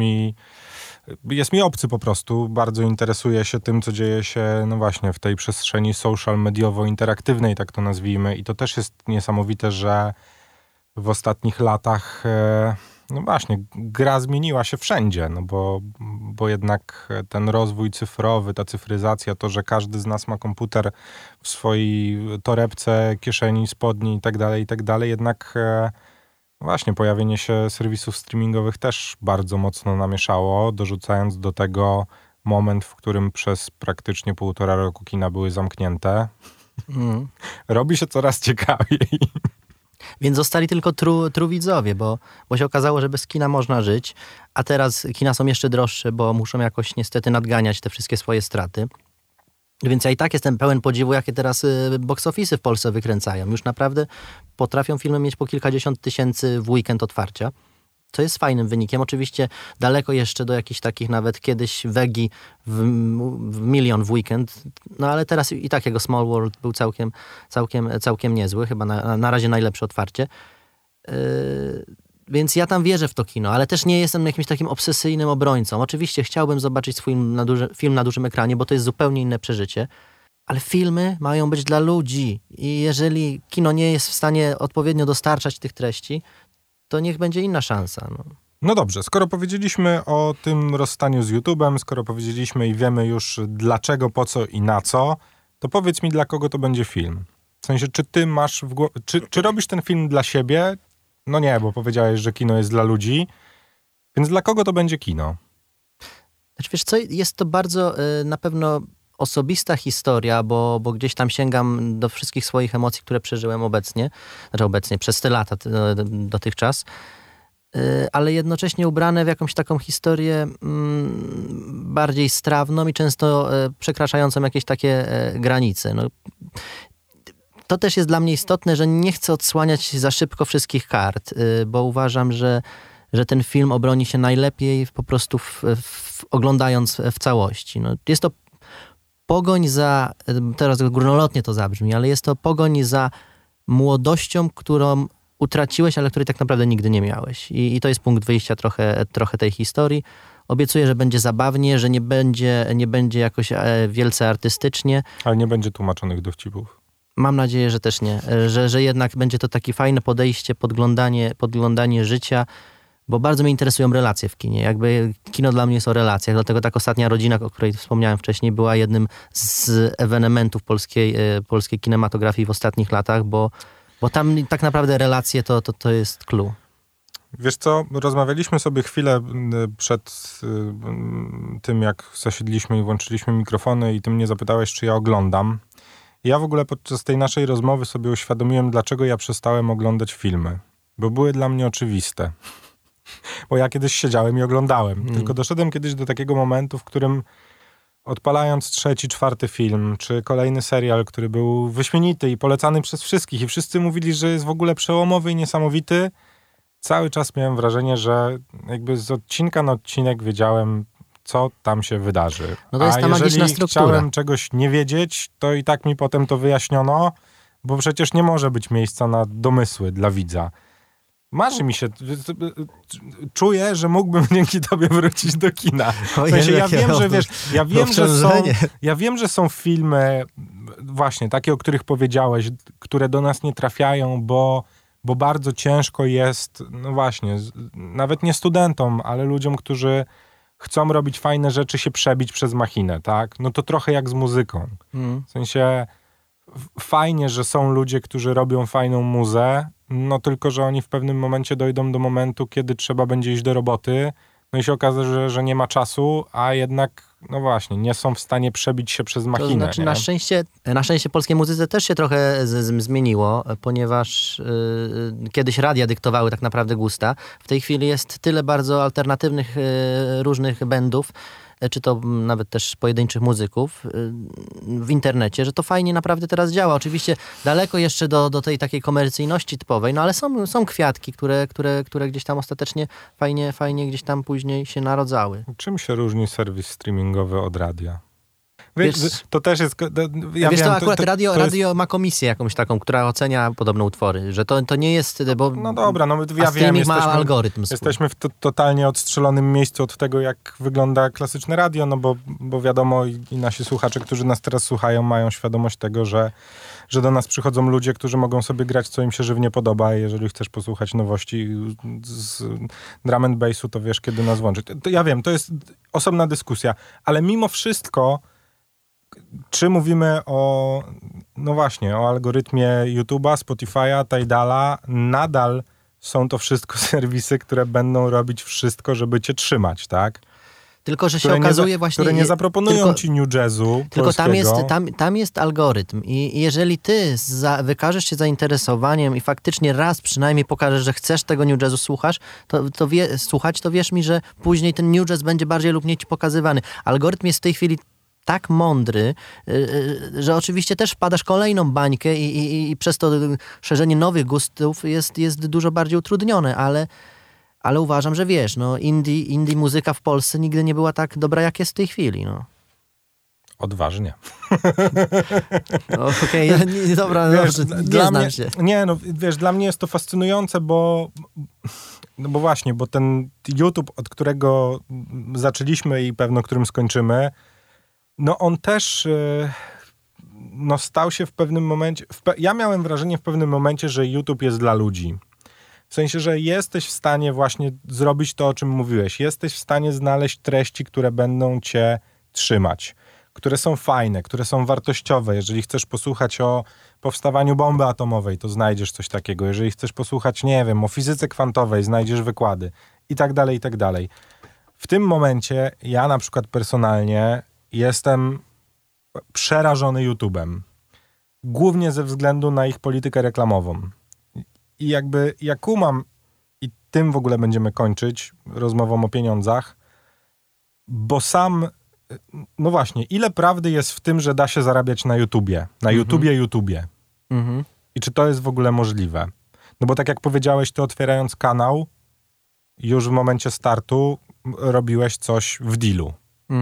mi obcy po prostu. Bardzo interesuję się tym, co dzieje się no właśnie w tej przestrzeni social mediowo-interaktywnej, tak to nazwijmy. I to też jest niesamowite, że w ostatnich latach no właśnie, gra zmieniła się wszędzie, no bo jednak ten rozwój cyfrowy, ta cyfryzacja, to, że każdy z nas ma komputer w swojej torebce, kieszeni, spodni i tak dalej, jednak właśnie pojawienie się serwisów streamingowych też bardzo mocno namieszało, dorzucając do tego moment, w którym przez praktycznie 1,5 roku kina były zamknięte. Robi się coraz ciekawiej. Więc zostali tylko widzowie, bo się okazało, że bez kina można żyć, a teraz kina są jeszcze droższe, bo muszą jakoś niestety nadganiać te wszystkie swoje straty. Więc ja i tak jestem pełen podziwu, jakie teraz box office'y w Polsce wykręcają. Już naprawdę potrafią filmy mieć po kilkadziesiąt tysięcy w weekend otwarcia, co jest fajnym wynikiem. Oczywiście daleko jeszcze do jakichś takich nawet kiedyś Wegi w 1 milion w weekend, no ale teraz i tak jego Small World był całkiem niezły, chyba na razie najlepsze otwarcie. Więc ja tam wierzę w to kino, ale też nie jestem jakimś takim obsesyjnym obrońcą. Oczywiście chciałbym zobaczyć film na dużym ekranie, bo to jest zupełnie inne przeżycie, ale filmy mają być dla ludzi i jeżeli kino nie jest w stanie odpowiednio dostarczać tych treści, to niech będzie inna szansa. No dobrze, skoro powiedzieliśmy o tym rozstaniu z YouTube'em, skoro powiedzieliśmy i wiemy już dlaczego, po co i na co, to powiedz mi, dla kogo to będzie film. W sensie, czy ty masz w głowie, czy robisz ten film dla siebie? No nie, bo powiedziałeś, że kino jest dla ludzi, więc dla kogo to będzie kino? Znaczy, wiesz co, jest to bardzo na pewno osobista historia, bo gdzieś tam sięgam do wszystkich swoich emocji, które przeżyłem obecnie przez te lata dotychczas, ale jednocześnie ubrane w jakąś taką historię bardziej strawną i często przekraczającą jakieś takie granice. No, to też jest dla mnie istotne, że nie chcę odsłaniać za szybko wszystkich kart, bo uważam, że ten film obroni się najlepiej po prostu oglądając w całości. No, jest to pogoń za, teraz górnolotnie to zabrzmi, ale jest to pogoń za młodością, którą utraciłeś, ale której tak naprawdę nigdy nie miałeś. I to jest punkt wyjścia trochę tej historii. Obiecuję, że będzie zabawnie, że nie będzie jakoś wielce artystycznie. Ale nie będzie tłumaczonych dowcipów. Mam nadzieję, że też nie. Że jednak będzie to takie fajne podejście, podglądanie życia, bo bardzo mnie interesują relacje w kinie. Jakby kino dla mnie jest o relacjach, dlatego tak Ostatnia rodzina, o której wspomniałem wcześniej, była jednym z ewenementów polskiej kinematografii w ostatnich latach, bo tam tak naprawdę relacje to jest clue. Wiesz co, rozmawialiśmy sobie chwilę przed tym, jak zasiedliśmy i włączyliśmy mikrofony i ty mnie zapytałeś, czy ja oglądam. Ja w ogóle podczas tej naszej rozmowy sobie uświadomiłem, dlaczego ja przestałem oglądać filmy. Bo były dla mnie oczywiste. Bo ja kiedyś siedziałem i oglądałem. Tylko doszedłem kiedyś do takiego momentu, w którym odpalając 3., 4. film, czy kolejny serial, który był wyśmienity i polecany przez wszystkich i wszyscy mówili, że jest w ogóle przełomowy i niesamowity, cały czas miałem wrażenie, że jakby z odcinka na odcinek wiedziałem, co tam się wydarzy. No to jest ta magiczna jeżeli struktura. chciałem czegoś nie wiedzieć, to i tak mi potem to wyjaśniono, bo przecież nie może być miejsca na domysły dla widza. Marzy mi się, czuję, że mógłbym dzięki tobie wrócić do kina. W sensie, ja wiem, że są filmy właśnie takie, o których powiedziałeś, które do nas nie trafiają, bo bardzo ciężko jest, no właśnie, nawet nie studentom, ale ludziom, którzy chcą robić fajne rzeczy, się przebić przez machinę, tak? No to trochę jak z muzyką. W sensie fajnie, że są ludzie, którzy robią fajną muzę, no tylko, że oni w pewnym momencie dojdą do momentu, kiedy trzeba będzie iść do roboty, no i się okaże, że nie ma czasu, a jednak, no właśnie, nie są w stanie przebić się przez machinę. To znaczy, na szczęście polskiej muzyce też się trochę zmieniło, ponieważ kiedyś radia dyktowały tak naprawdę gusta. W tej chwili jest tyle bardzo alternatywnych różnych bandów, czy to nawet też pojedynczych muzyków w internecie, że to fajnie naprawdę teraz działa. Oczywiście daleko jeszcze do tej takiej komercyjności typowej, no ale są kwiatki, które gdzieś tam ostatecznie fajnie gdzieś tam później się narodzały. Czym się różni serwis streamingowy od radia? Wiesz, to też jest... Radio ma komisję jakąś taką, która ocenia podobne utwory, że to nie jest... Bo, no dobra, no ja wiem, ma algorytm. Jesteśmy w totalnie odstrzelonym miejscu od tego, jak wygląda klasyczne radio, no bo wiadomo i nasi słuchacze, którzy nas teraz słuchają, mają świadomość tego, że do nas przychodzą ludzie, którzy mogą sobie grać, co im się żywnie podoba. Jeżeli chcesz posłuchać nowości z drum and bassu, to wiesz, kiedy nas włączyć. To ja wiem, to jest osobna dyskusja, ale mimo wszystko czy mówimy o, no właśnie, o algorytmie YouTube'a, Spotify'a, Tidala, nadal są to wszystko serwisy, które będą robić wszystko, żeby cię trzymać, tak? Tylko, że się okazuje właśnie... Które nie zaproponują ci new jazzu tylko polskiego. tam jest algorytm i jeżeli ty wykażesz się zainteresowaniem i faktycznie raz przynajmniej pokażesz, że chcesz tego new jazzu słuchać, to wierz mi, że później ten new jazz będzie bardziej lub mniej ci pokazywany. Algorytm jest w tej chwili tak mądry, że oczywiście też wpadasz w kolejną bańkę i przez to szerzenie nowych gustów jest dużo bardziej utrudnione, ale uważam, że wiesz, no indie muzyka w Polsce nigdy nie była tak dobra, jak jest w tej chwili, no. Odważnie. No, okej, dobra, wiesz, nie znam się. Nie, no wiesz, dla mnie jest to fascynujące, bo właśnie, bo ten YouTube, od którego zaczęliśmy i pewno którym skończymy, no on też no stał się w pewnym momencie... Ja miałem wrażenie w pewnym momencie, że YouTube jest dla ludzi. W sensie, że jesteś w stanie właśnie zrobić to, o czym mówiłeś. Jesteś w stanie znaleźć treści, które będą cię trzymać. Które są fajne, które są wartościowe. Jeżeli chcesz posłuchać o powstawaniu bomby atomowej, to znajdziesz coś takiego. Jeżeli chcesz posłuchać, nie wiem, o fizyce kwantowej, znajdziesz wykłady. I tak dalej, i tak dalej. W tym momencie ja na przykład personalnie jestem przerażony YouTube'em. Głównie ze względu na ich politykę reklamową. I jakby ja kumam, i tym w ogóle będziemy kończyć rozmową o pieniądzach, bo sam, no właśnie, ile prawdy jest w tym, że da się zarabiać na YouTubie? Na YouTubie. I czy to jest w ogóle możliwe? No bo tak jak powiedziałeś, ty otwierając kanał, już w momencie startu robiłeś coś w dealu.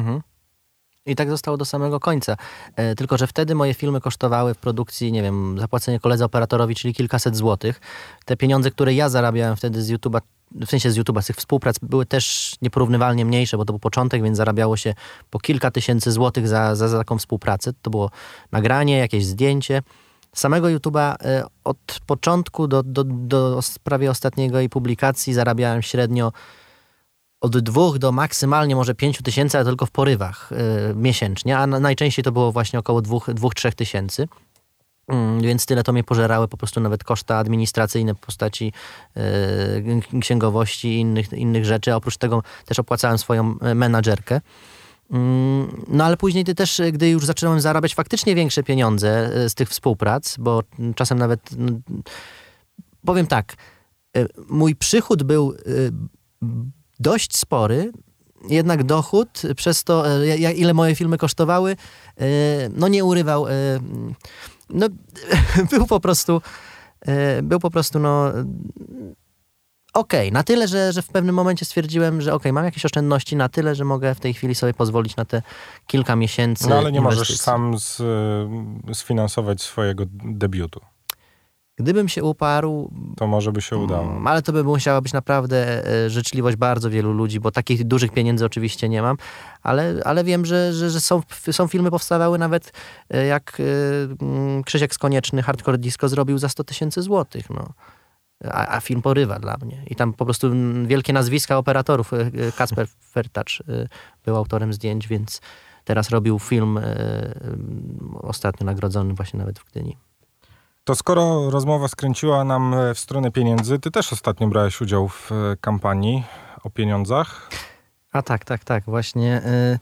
I tak zostało do samego końca. Tylko, że wtedy moje filmy kosztowały w produkcji, nie wiem, zapłacenie koledze operatorowi, czyli kilkaset złotych. Te pieniądze, które ja zarabiałem wtedy z YouTube'a, w sensie z YouTube'a, z tych współprac, były też nieporównywalnie mniejsze, bo to był początek, więc zarabiało się po kilka tysięcy złotych za taką współpracę. To było nagranie, jakieś zdjęcie. Samego YouTube'a od początku do prawie ostatniej jej publikacji zarabiałem średnio od 2 do maksymalnie może 5 tysięcy, ale tylko w porywach miesięcznie, a najczęściej to było właśnie około 2-3 tysięcy. Więc tyle to mnie pożerały po prostu nawet koszta administracyjne w postaci księgowości i innych rzeczy. Oprócz tego też opłacałem swoją menadżerkę. No ale później też, gdy już zacząłem zarabiać faktycznie większe pieniądze z tych współprac, bo czasem nawet, powiem tak, mój przychód był dość spory, jednak dochód przez to, ile moje filmy kosztowały, no nie urywał, no był po prostu no okej, na tyle, że w pewnym momencie stwierdziłem, że mam jakieś oszczędności na tyle, że mogę w tej chwili sobie pozwolić na te kilka miesięcy. No ale nie inwestycji. możesz sam sfinansować swojego debiutu. Gdybym się uparł... To może by się udało. Ale to by musiała być naprawdę życzliwość bardzo wielu ludzi, bo takich dużych pieniędzy oczywiście nie mam, ale wiem, że są filmy powstawały nawet jak Krzysiek z Konieczny Hardcore Disco zrobił za 100 000 złotych, no. A film porywa dla mnie. I tam po prostu wielkie nazwiska operatorów. Kacper Fertacz był autorem zdjęć, więc teraz robił film ostatnio nagrodzony właśnie nawet w Gdyni. To skoro rozmowa skręciła nam w stronę pieniędzy, ty też ostatnio brałeś udział w kampanii o pieniądzach. A tak. Właśnie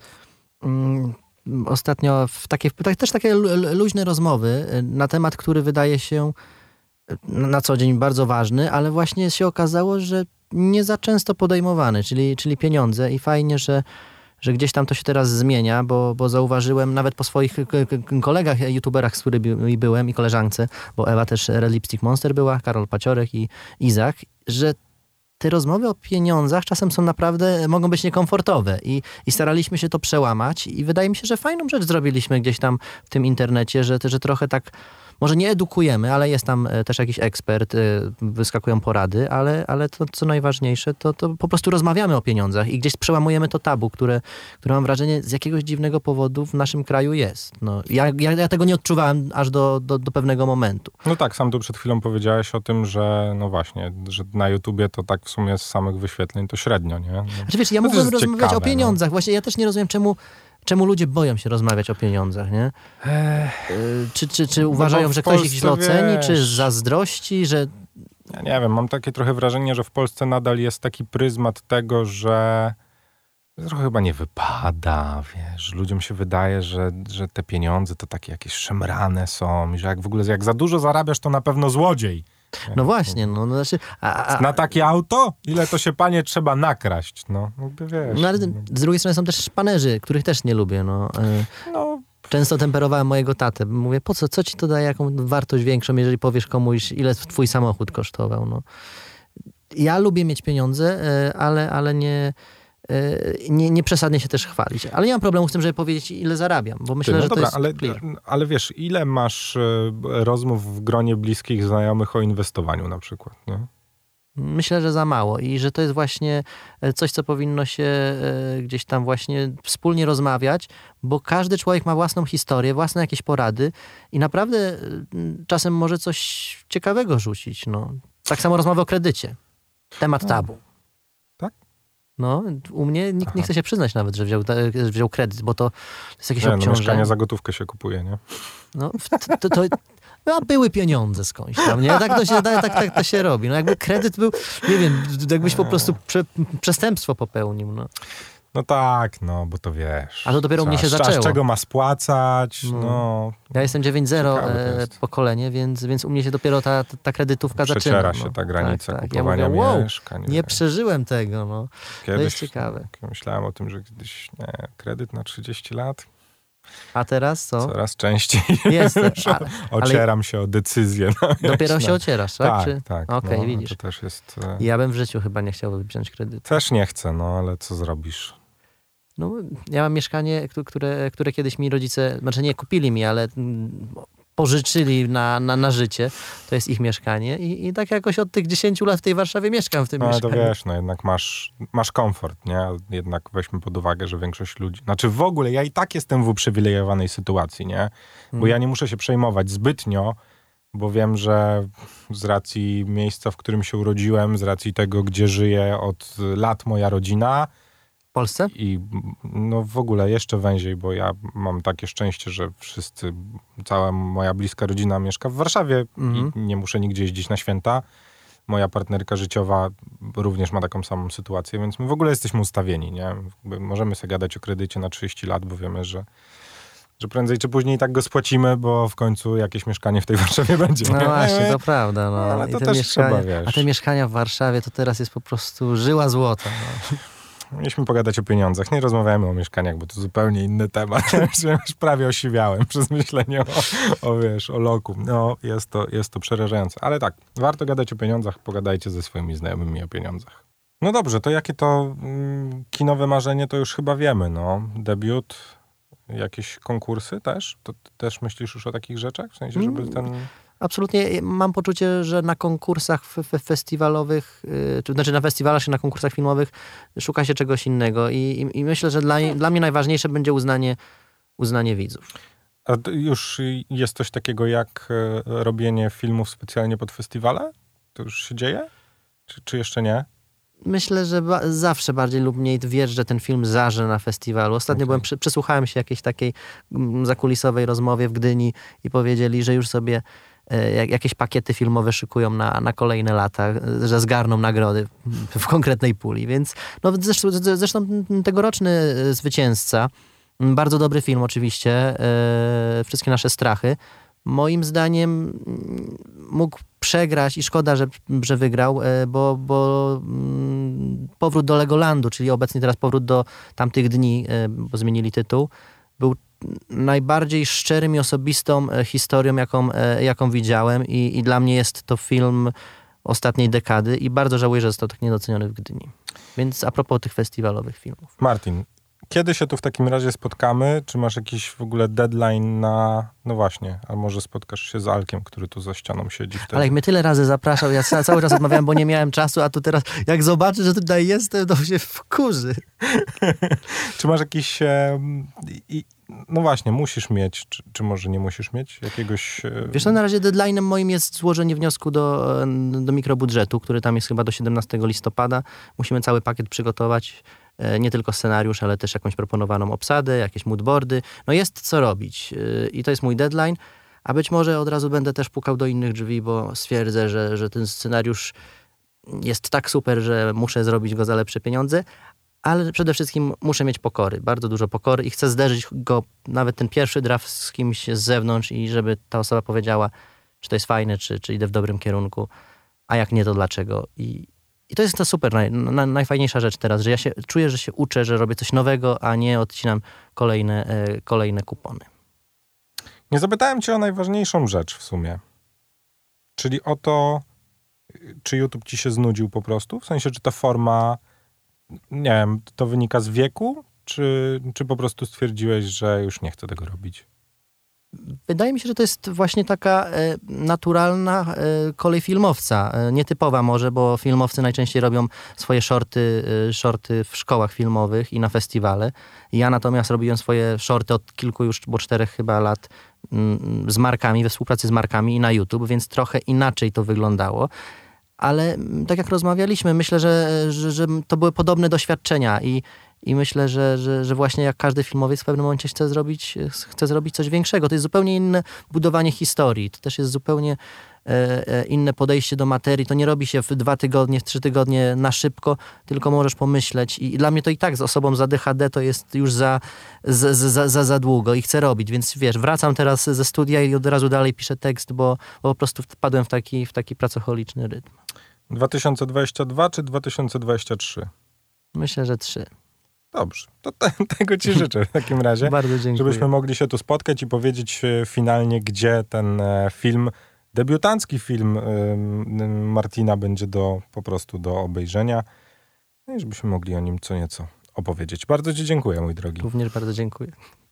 ostatnio też takie luźne rozmowy na temat, który wydaje się na co dzień bardzo ważny, ale właśnie się okazało, że nie za często podejmowany, czyli pieniądze i fajnie, że gdzieś tam to się teraz zmienia, bo zauważyłem nawet po swoich kolegach, youtuberach, z którymi byłem i koleżance, bo Ewa też Red Lipstick Monster była, Karol Paciorek i Izak, że te rozmowy o pieniądzach czasem są naprawdę, mogą być niekomfortowe i staraliśmy się to przełamać i wydaje mi się, że fajną rzecz zrobiliśmy gdzieś tam w tym internecie, że trochę tak może nie edukujemy, ale jest tam też jakiś ekspert, wyskakują porady, ale to, co najważniejsze, to po prostu rozmawiamy o pieniądzach i gdzieś przełamujemy to tabu, które mam wrażenie z jakiegoś dziwnego powodu w naszym kraju jest. No, ja tego nie odczuwałem aż do pewnego momentu. No tak, sam tu przed chwilą powiedziałeś o tym, że no właśnie, że na YouTubie to tak w sumie z samych wyświetleń to średnio, nie? Znaczy wiesz, ja mógłbym rozmawiać ciekawe, o pieniądzach. No. Właśnie ja też nie rozumiem, czemu ludzie boją się rozmawiać o pieniądzach, nie? Czy uważają, że ktoś ich źle oceni, czy zazdrości, że... Ja nie wiem, mam takie trochę wrażenie, że w Polsce nadal jest taki pryzmat tego, że trochę chyba nie wypada, wiesz, ludziom się wydaje, że te pieniądze to takie jakieś szemrane są i że jak za dużo zarabiasz, to na pewno złodziej. No właśnie, no znaczy... Na takie auto? Ile to się, panie, trzeba nakraść? No, wiesz. No ale z drugiej strony są też szpanerzy, których też nie lubię, no. Często temperowałem mojego tatę. Mówię, po co ci to daje jaką wartość większą, jeżeli powiesz komuś, ile twój samochód kosztował, no. Ja lubię mieć pieniądze, ale nie przesadnie się też chwalić. Ale nie mam problemu z tym, żeby powiedzieć, ile zarabiam, bo myślę, że dobra, to jest clear. Ale wiesz, ile masz rozmów w gronie bliskich znajomych o inwestowaniu na przykład, nie? Myślę, że za mało i że to jest właśnie coś, co powinno się gdzieś tam właśnie wspólnie rozmawiać, bo każdy człowiek ma własną historię, własne jakieś porady i naprawdę czasem może coś ciekawego rzucić. No. Tak samo rozmowy o kredycie. Temat tabu. Tak? No, u mnie nikt nie chce się przyznać nawet, że wziął kredyt, bo to jest jakieś obciążenie. No, mieszkanie za gotówkę się kupuje, nie? No, no, były pieniądze skądś tam, nie? Tak to się robi. No jakby kredyt był, nie wiem, jakbyś po prostu przestępstwo popełnił, no. No tak, no, bo to wiesz. A to dopiero u mnie się zaczęło. Z czego ma spłacać, no. Ja jestem 9.0 pokolenie, więc u mnie się dopiero ta kredytówka zaczyna. Przeciera się ta granica kupowania mieszkań. Nie przeżyłem tego, no. Kiedyś, to jest ciekawe. Myślałem o tym, że kiedyś kredyt na 30 lat. A teraz co? Coraz częściej. Jestem. Ocieram się o decyzję. Dopiero się ocierasz, tak? Tak. Okej, widzisz. To też jest... Ja bym w życiu chyba nie chciał wziąć kredytu. Też nie chcę, no ale co zrobisz? No, ja mam mieszkanie, które kiedyś mi rodzice, znaczy nie kupili mi, ale pożyczyli na życie. To jest ich mieszkanie i tak jakoś od tych 10 lat w tej Warszawie mieszkam w tym mieszkaniu. No to wiesz, no jednak masz komfort, nie? Jednak weźmy pod uwagę, że większość ludzi... Znaczy w ogóle ja i tak jestem w uprzywilejowanej sytuacji, nie? Bo ja nie muszę się przejmować zbytnio, bo wiem, że z racji miejsca, w którym się urodziłem, z racji tego, gdzie żyje od lat moja rodzina, Polsce? I no w ogóle jeszcze węziej, bo ja mam takie szczęście, że cała moja bliska rodzina mieszka w Warszawie i nie muszę nigdzie jeździć na święta. Moja partnerka życiowa również ma taką samą sytuację, więc my w ogóle jesteśmy ustawieni, nie? Możemy sobie gadać o kredycie na 30 lat, bo wiemy, że prędzej czy później tak go spłacimy, bo w końcu jakieś mieszkanie w tej Warszawie będzie. No właśnie, to prawda. No. Ale to też trzeba, wiesz. A te mieszkania w Warszawie to teraz jest po prostu żyła złota. No. Mieliśmy pogadać o pieniądzach. Nie rozmawiamy o mieszkaniach, bo to zupełnie inny temat. Już prawie osiwiałem przez myślenie o loku. No, jest to przerażające. Ale tak, warto gadać o pieniądzach. Pogadajcie ze swoimi znajomymi o pieniądzach. No dobrze, to jakie to kinowe marzenie, to już chyba wiemy. No. Debiut, jakieś konkursy też? To też myślisz już o takich rzeczach? W sensie, żeby ten... Absolutnie. Mam poczucie, że na konkursach festiwalowych, znaczy na festiwalach czy na konkursach filmowych szuka się czegoś innego i myślę, że dla mnie najważniejsze będzie uznanie widzów. A już jest coś takiego jak robienie filmów specjalnie pod festiwale? To już się dzieje? Czy jeszcze nie? Myślę, że zawsze bardziej lub mniej wiesz, że ten film zaże na festiwalu. Ostatnio przesłuchałem się jakiejś takiej zakulisowej rozmowie w Gdyni i powiedzieli, że już sobie jakieś pakiety filmowe szykują na kolejne lata, że zgarną nagrody w konkretnej puli. Więc no, zresztą tegoroczny zwycięzca, bardzo dobry film oczywiście, Wszystkie nasze strachy, moim zdaniem mógł przegrać i szkoda, że wygrał, bo powrót do Legolandu, czyli obecnie teraz powrót do tamtych dni, bo zmienili tytuł, był najbardziej szczerym i osobistą historią, jaką widziałem i dla mnie jest to film ostatniej dekady i bardzo żałuję, że został tak niedoceniony w Gdyni. Więc a propos tych festiwalowych filmów. Martin, kiedy się tu w takim razie spotkamy? Czy masz jakiś w ogóle deadline na... No właśnie, a może spotkasz się z Alkiem, który tu za ścianą siedzi wtedy? Ale jak mnie tyle razy zapraszał, ja cały czas odmawiałem, bo nie miałem czasu, a tu teraz jak zobaczę, że tutaj jestem, to się wkurzy. Czy masz jakiś... No właśnie, musisz mieć, czy może nie musisz mieć jakiegoś... Wiesz co, na razie deadline'em moim jest złożenie wniosku do mikrobudżetu, który tam jest chyba do 17 listopada. Musimy cały pakiet przygotować. Nie tylko scenariusz, ale też jakąś proponowaną obsadę, jakieś moodboardy. No jest co robić i to jest mój deadline, a być może od razu będę też pukał do innych drzwi, bo stwierdzę, że ten scenariusz jest tak super, że muszę zrobić go za lepsze pieniądze, ale przede wszystkim muszę mieć pokory, bardzo dużo pokory i chcę zderzyć go, nawet ten pierwszy draft z kimś z zewnątrz i żeby ta osoba powiedziała, czy to jest fajne, czy idę w dobrym kierunku, a jak nie, to dlaczego. I to jest to super, najfajniejsza rzecz teraz, że ja się czuję, że się uczę, że robię coś nowego, a nie odcinam kolejne kupony. Nie zapytałem cię o najważniejszą rzecz w sumie. Czyli o to, czy YouTube ci się znudził po prostu? W sensie, czy ta forma, nie wiem, to wynika z wieku? Czy po prostu stwierdziłeś, że już nie chcę tego robić? Wydaje mi się, że to jest właśnie taka naturalna kolej filmowca. Nietypowa może, bo filmowcy najczęściej robią swoje shorty w szkołach filmowych i na festiwale. Ja natomiast robiłem swoje shorty od kilku już, bo 4 chyba lat z markami, we współpracy z markami i na YouTube, więc trochę inaczej to wyglądało. Ale tak jak rozmawialiśmy, myślę, że to były podobne doświadczenia i myślę, że właśnie jak każdy filmowiec w pewnym momencie chce zrobić coś większego. To jest zupełnie inne budowanie historii. To też jest zupełnie inne podejście do materii. To nie robi się w 2 tygodnie, w 3 tygodnie na szybko, tylko możesz pomyśleć. I dla mnie to i tak z osobą z ADHD to jest już za długo i chcę robić. Więc wiesz, wracam teraz ze studia i od razu dalej piszę tekst, bo po prostu wpadłem w taki pracocholiczny rytm. 2022 czy 2023? Myślę, że 3. Dobrze, to tego ci życzę w takim razie. Bardzo dziękuję. Żebyśmy mogli się tu spotkać i powiedzieć finalnie, gdzie ten film, debiutancki film Martina będzie po prostu do obejrzenia. No i żebyśmy mogli o nim co nieco opowiedzieć. Bardzo ci dziękuję, mój drogi. Również bardzo dziękuję.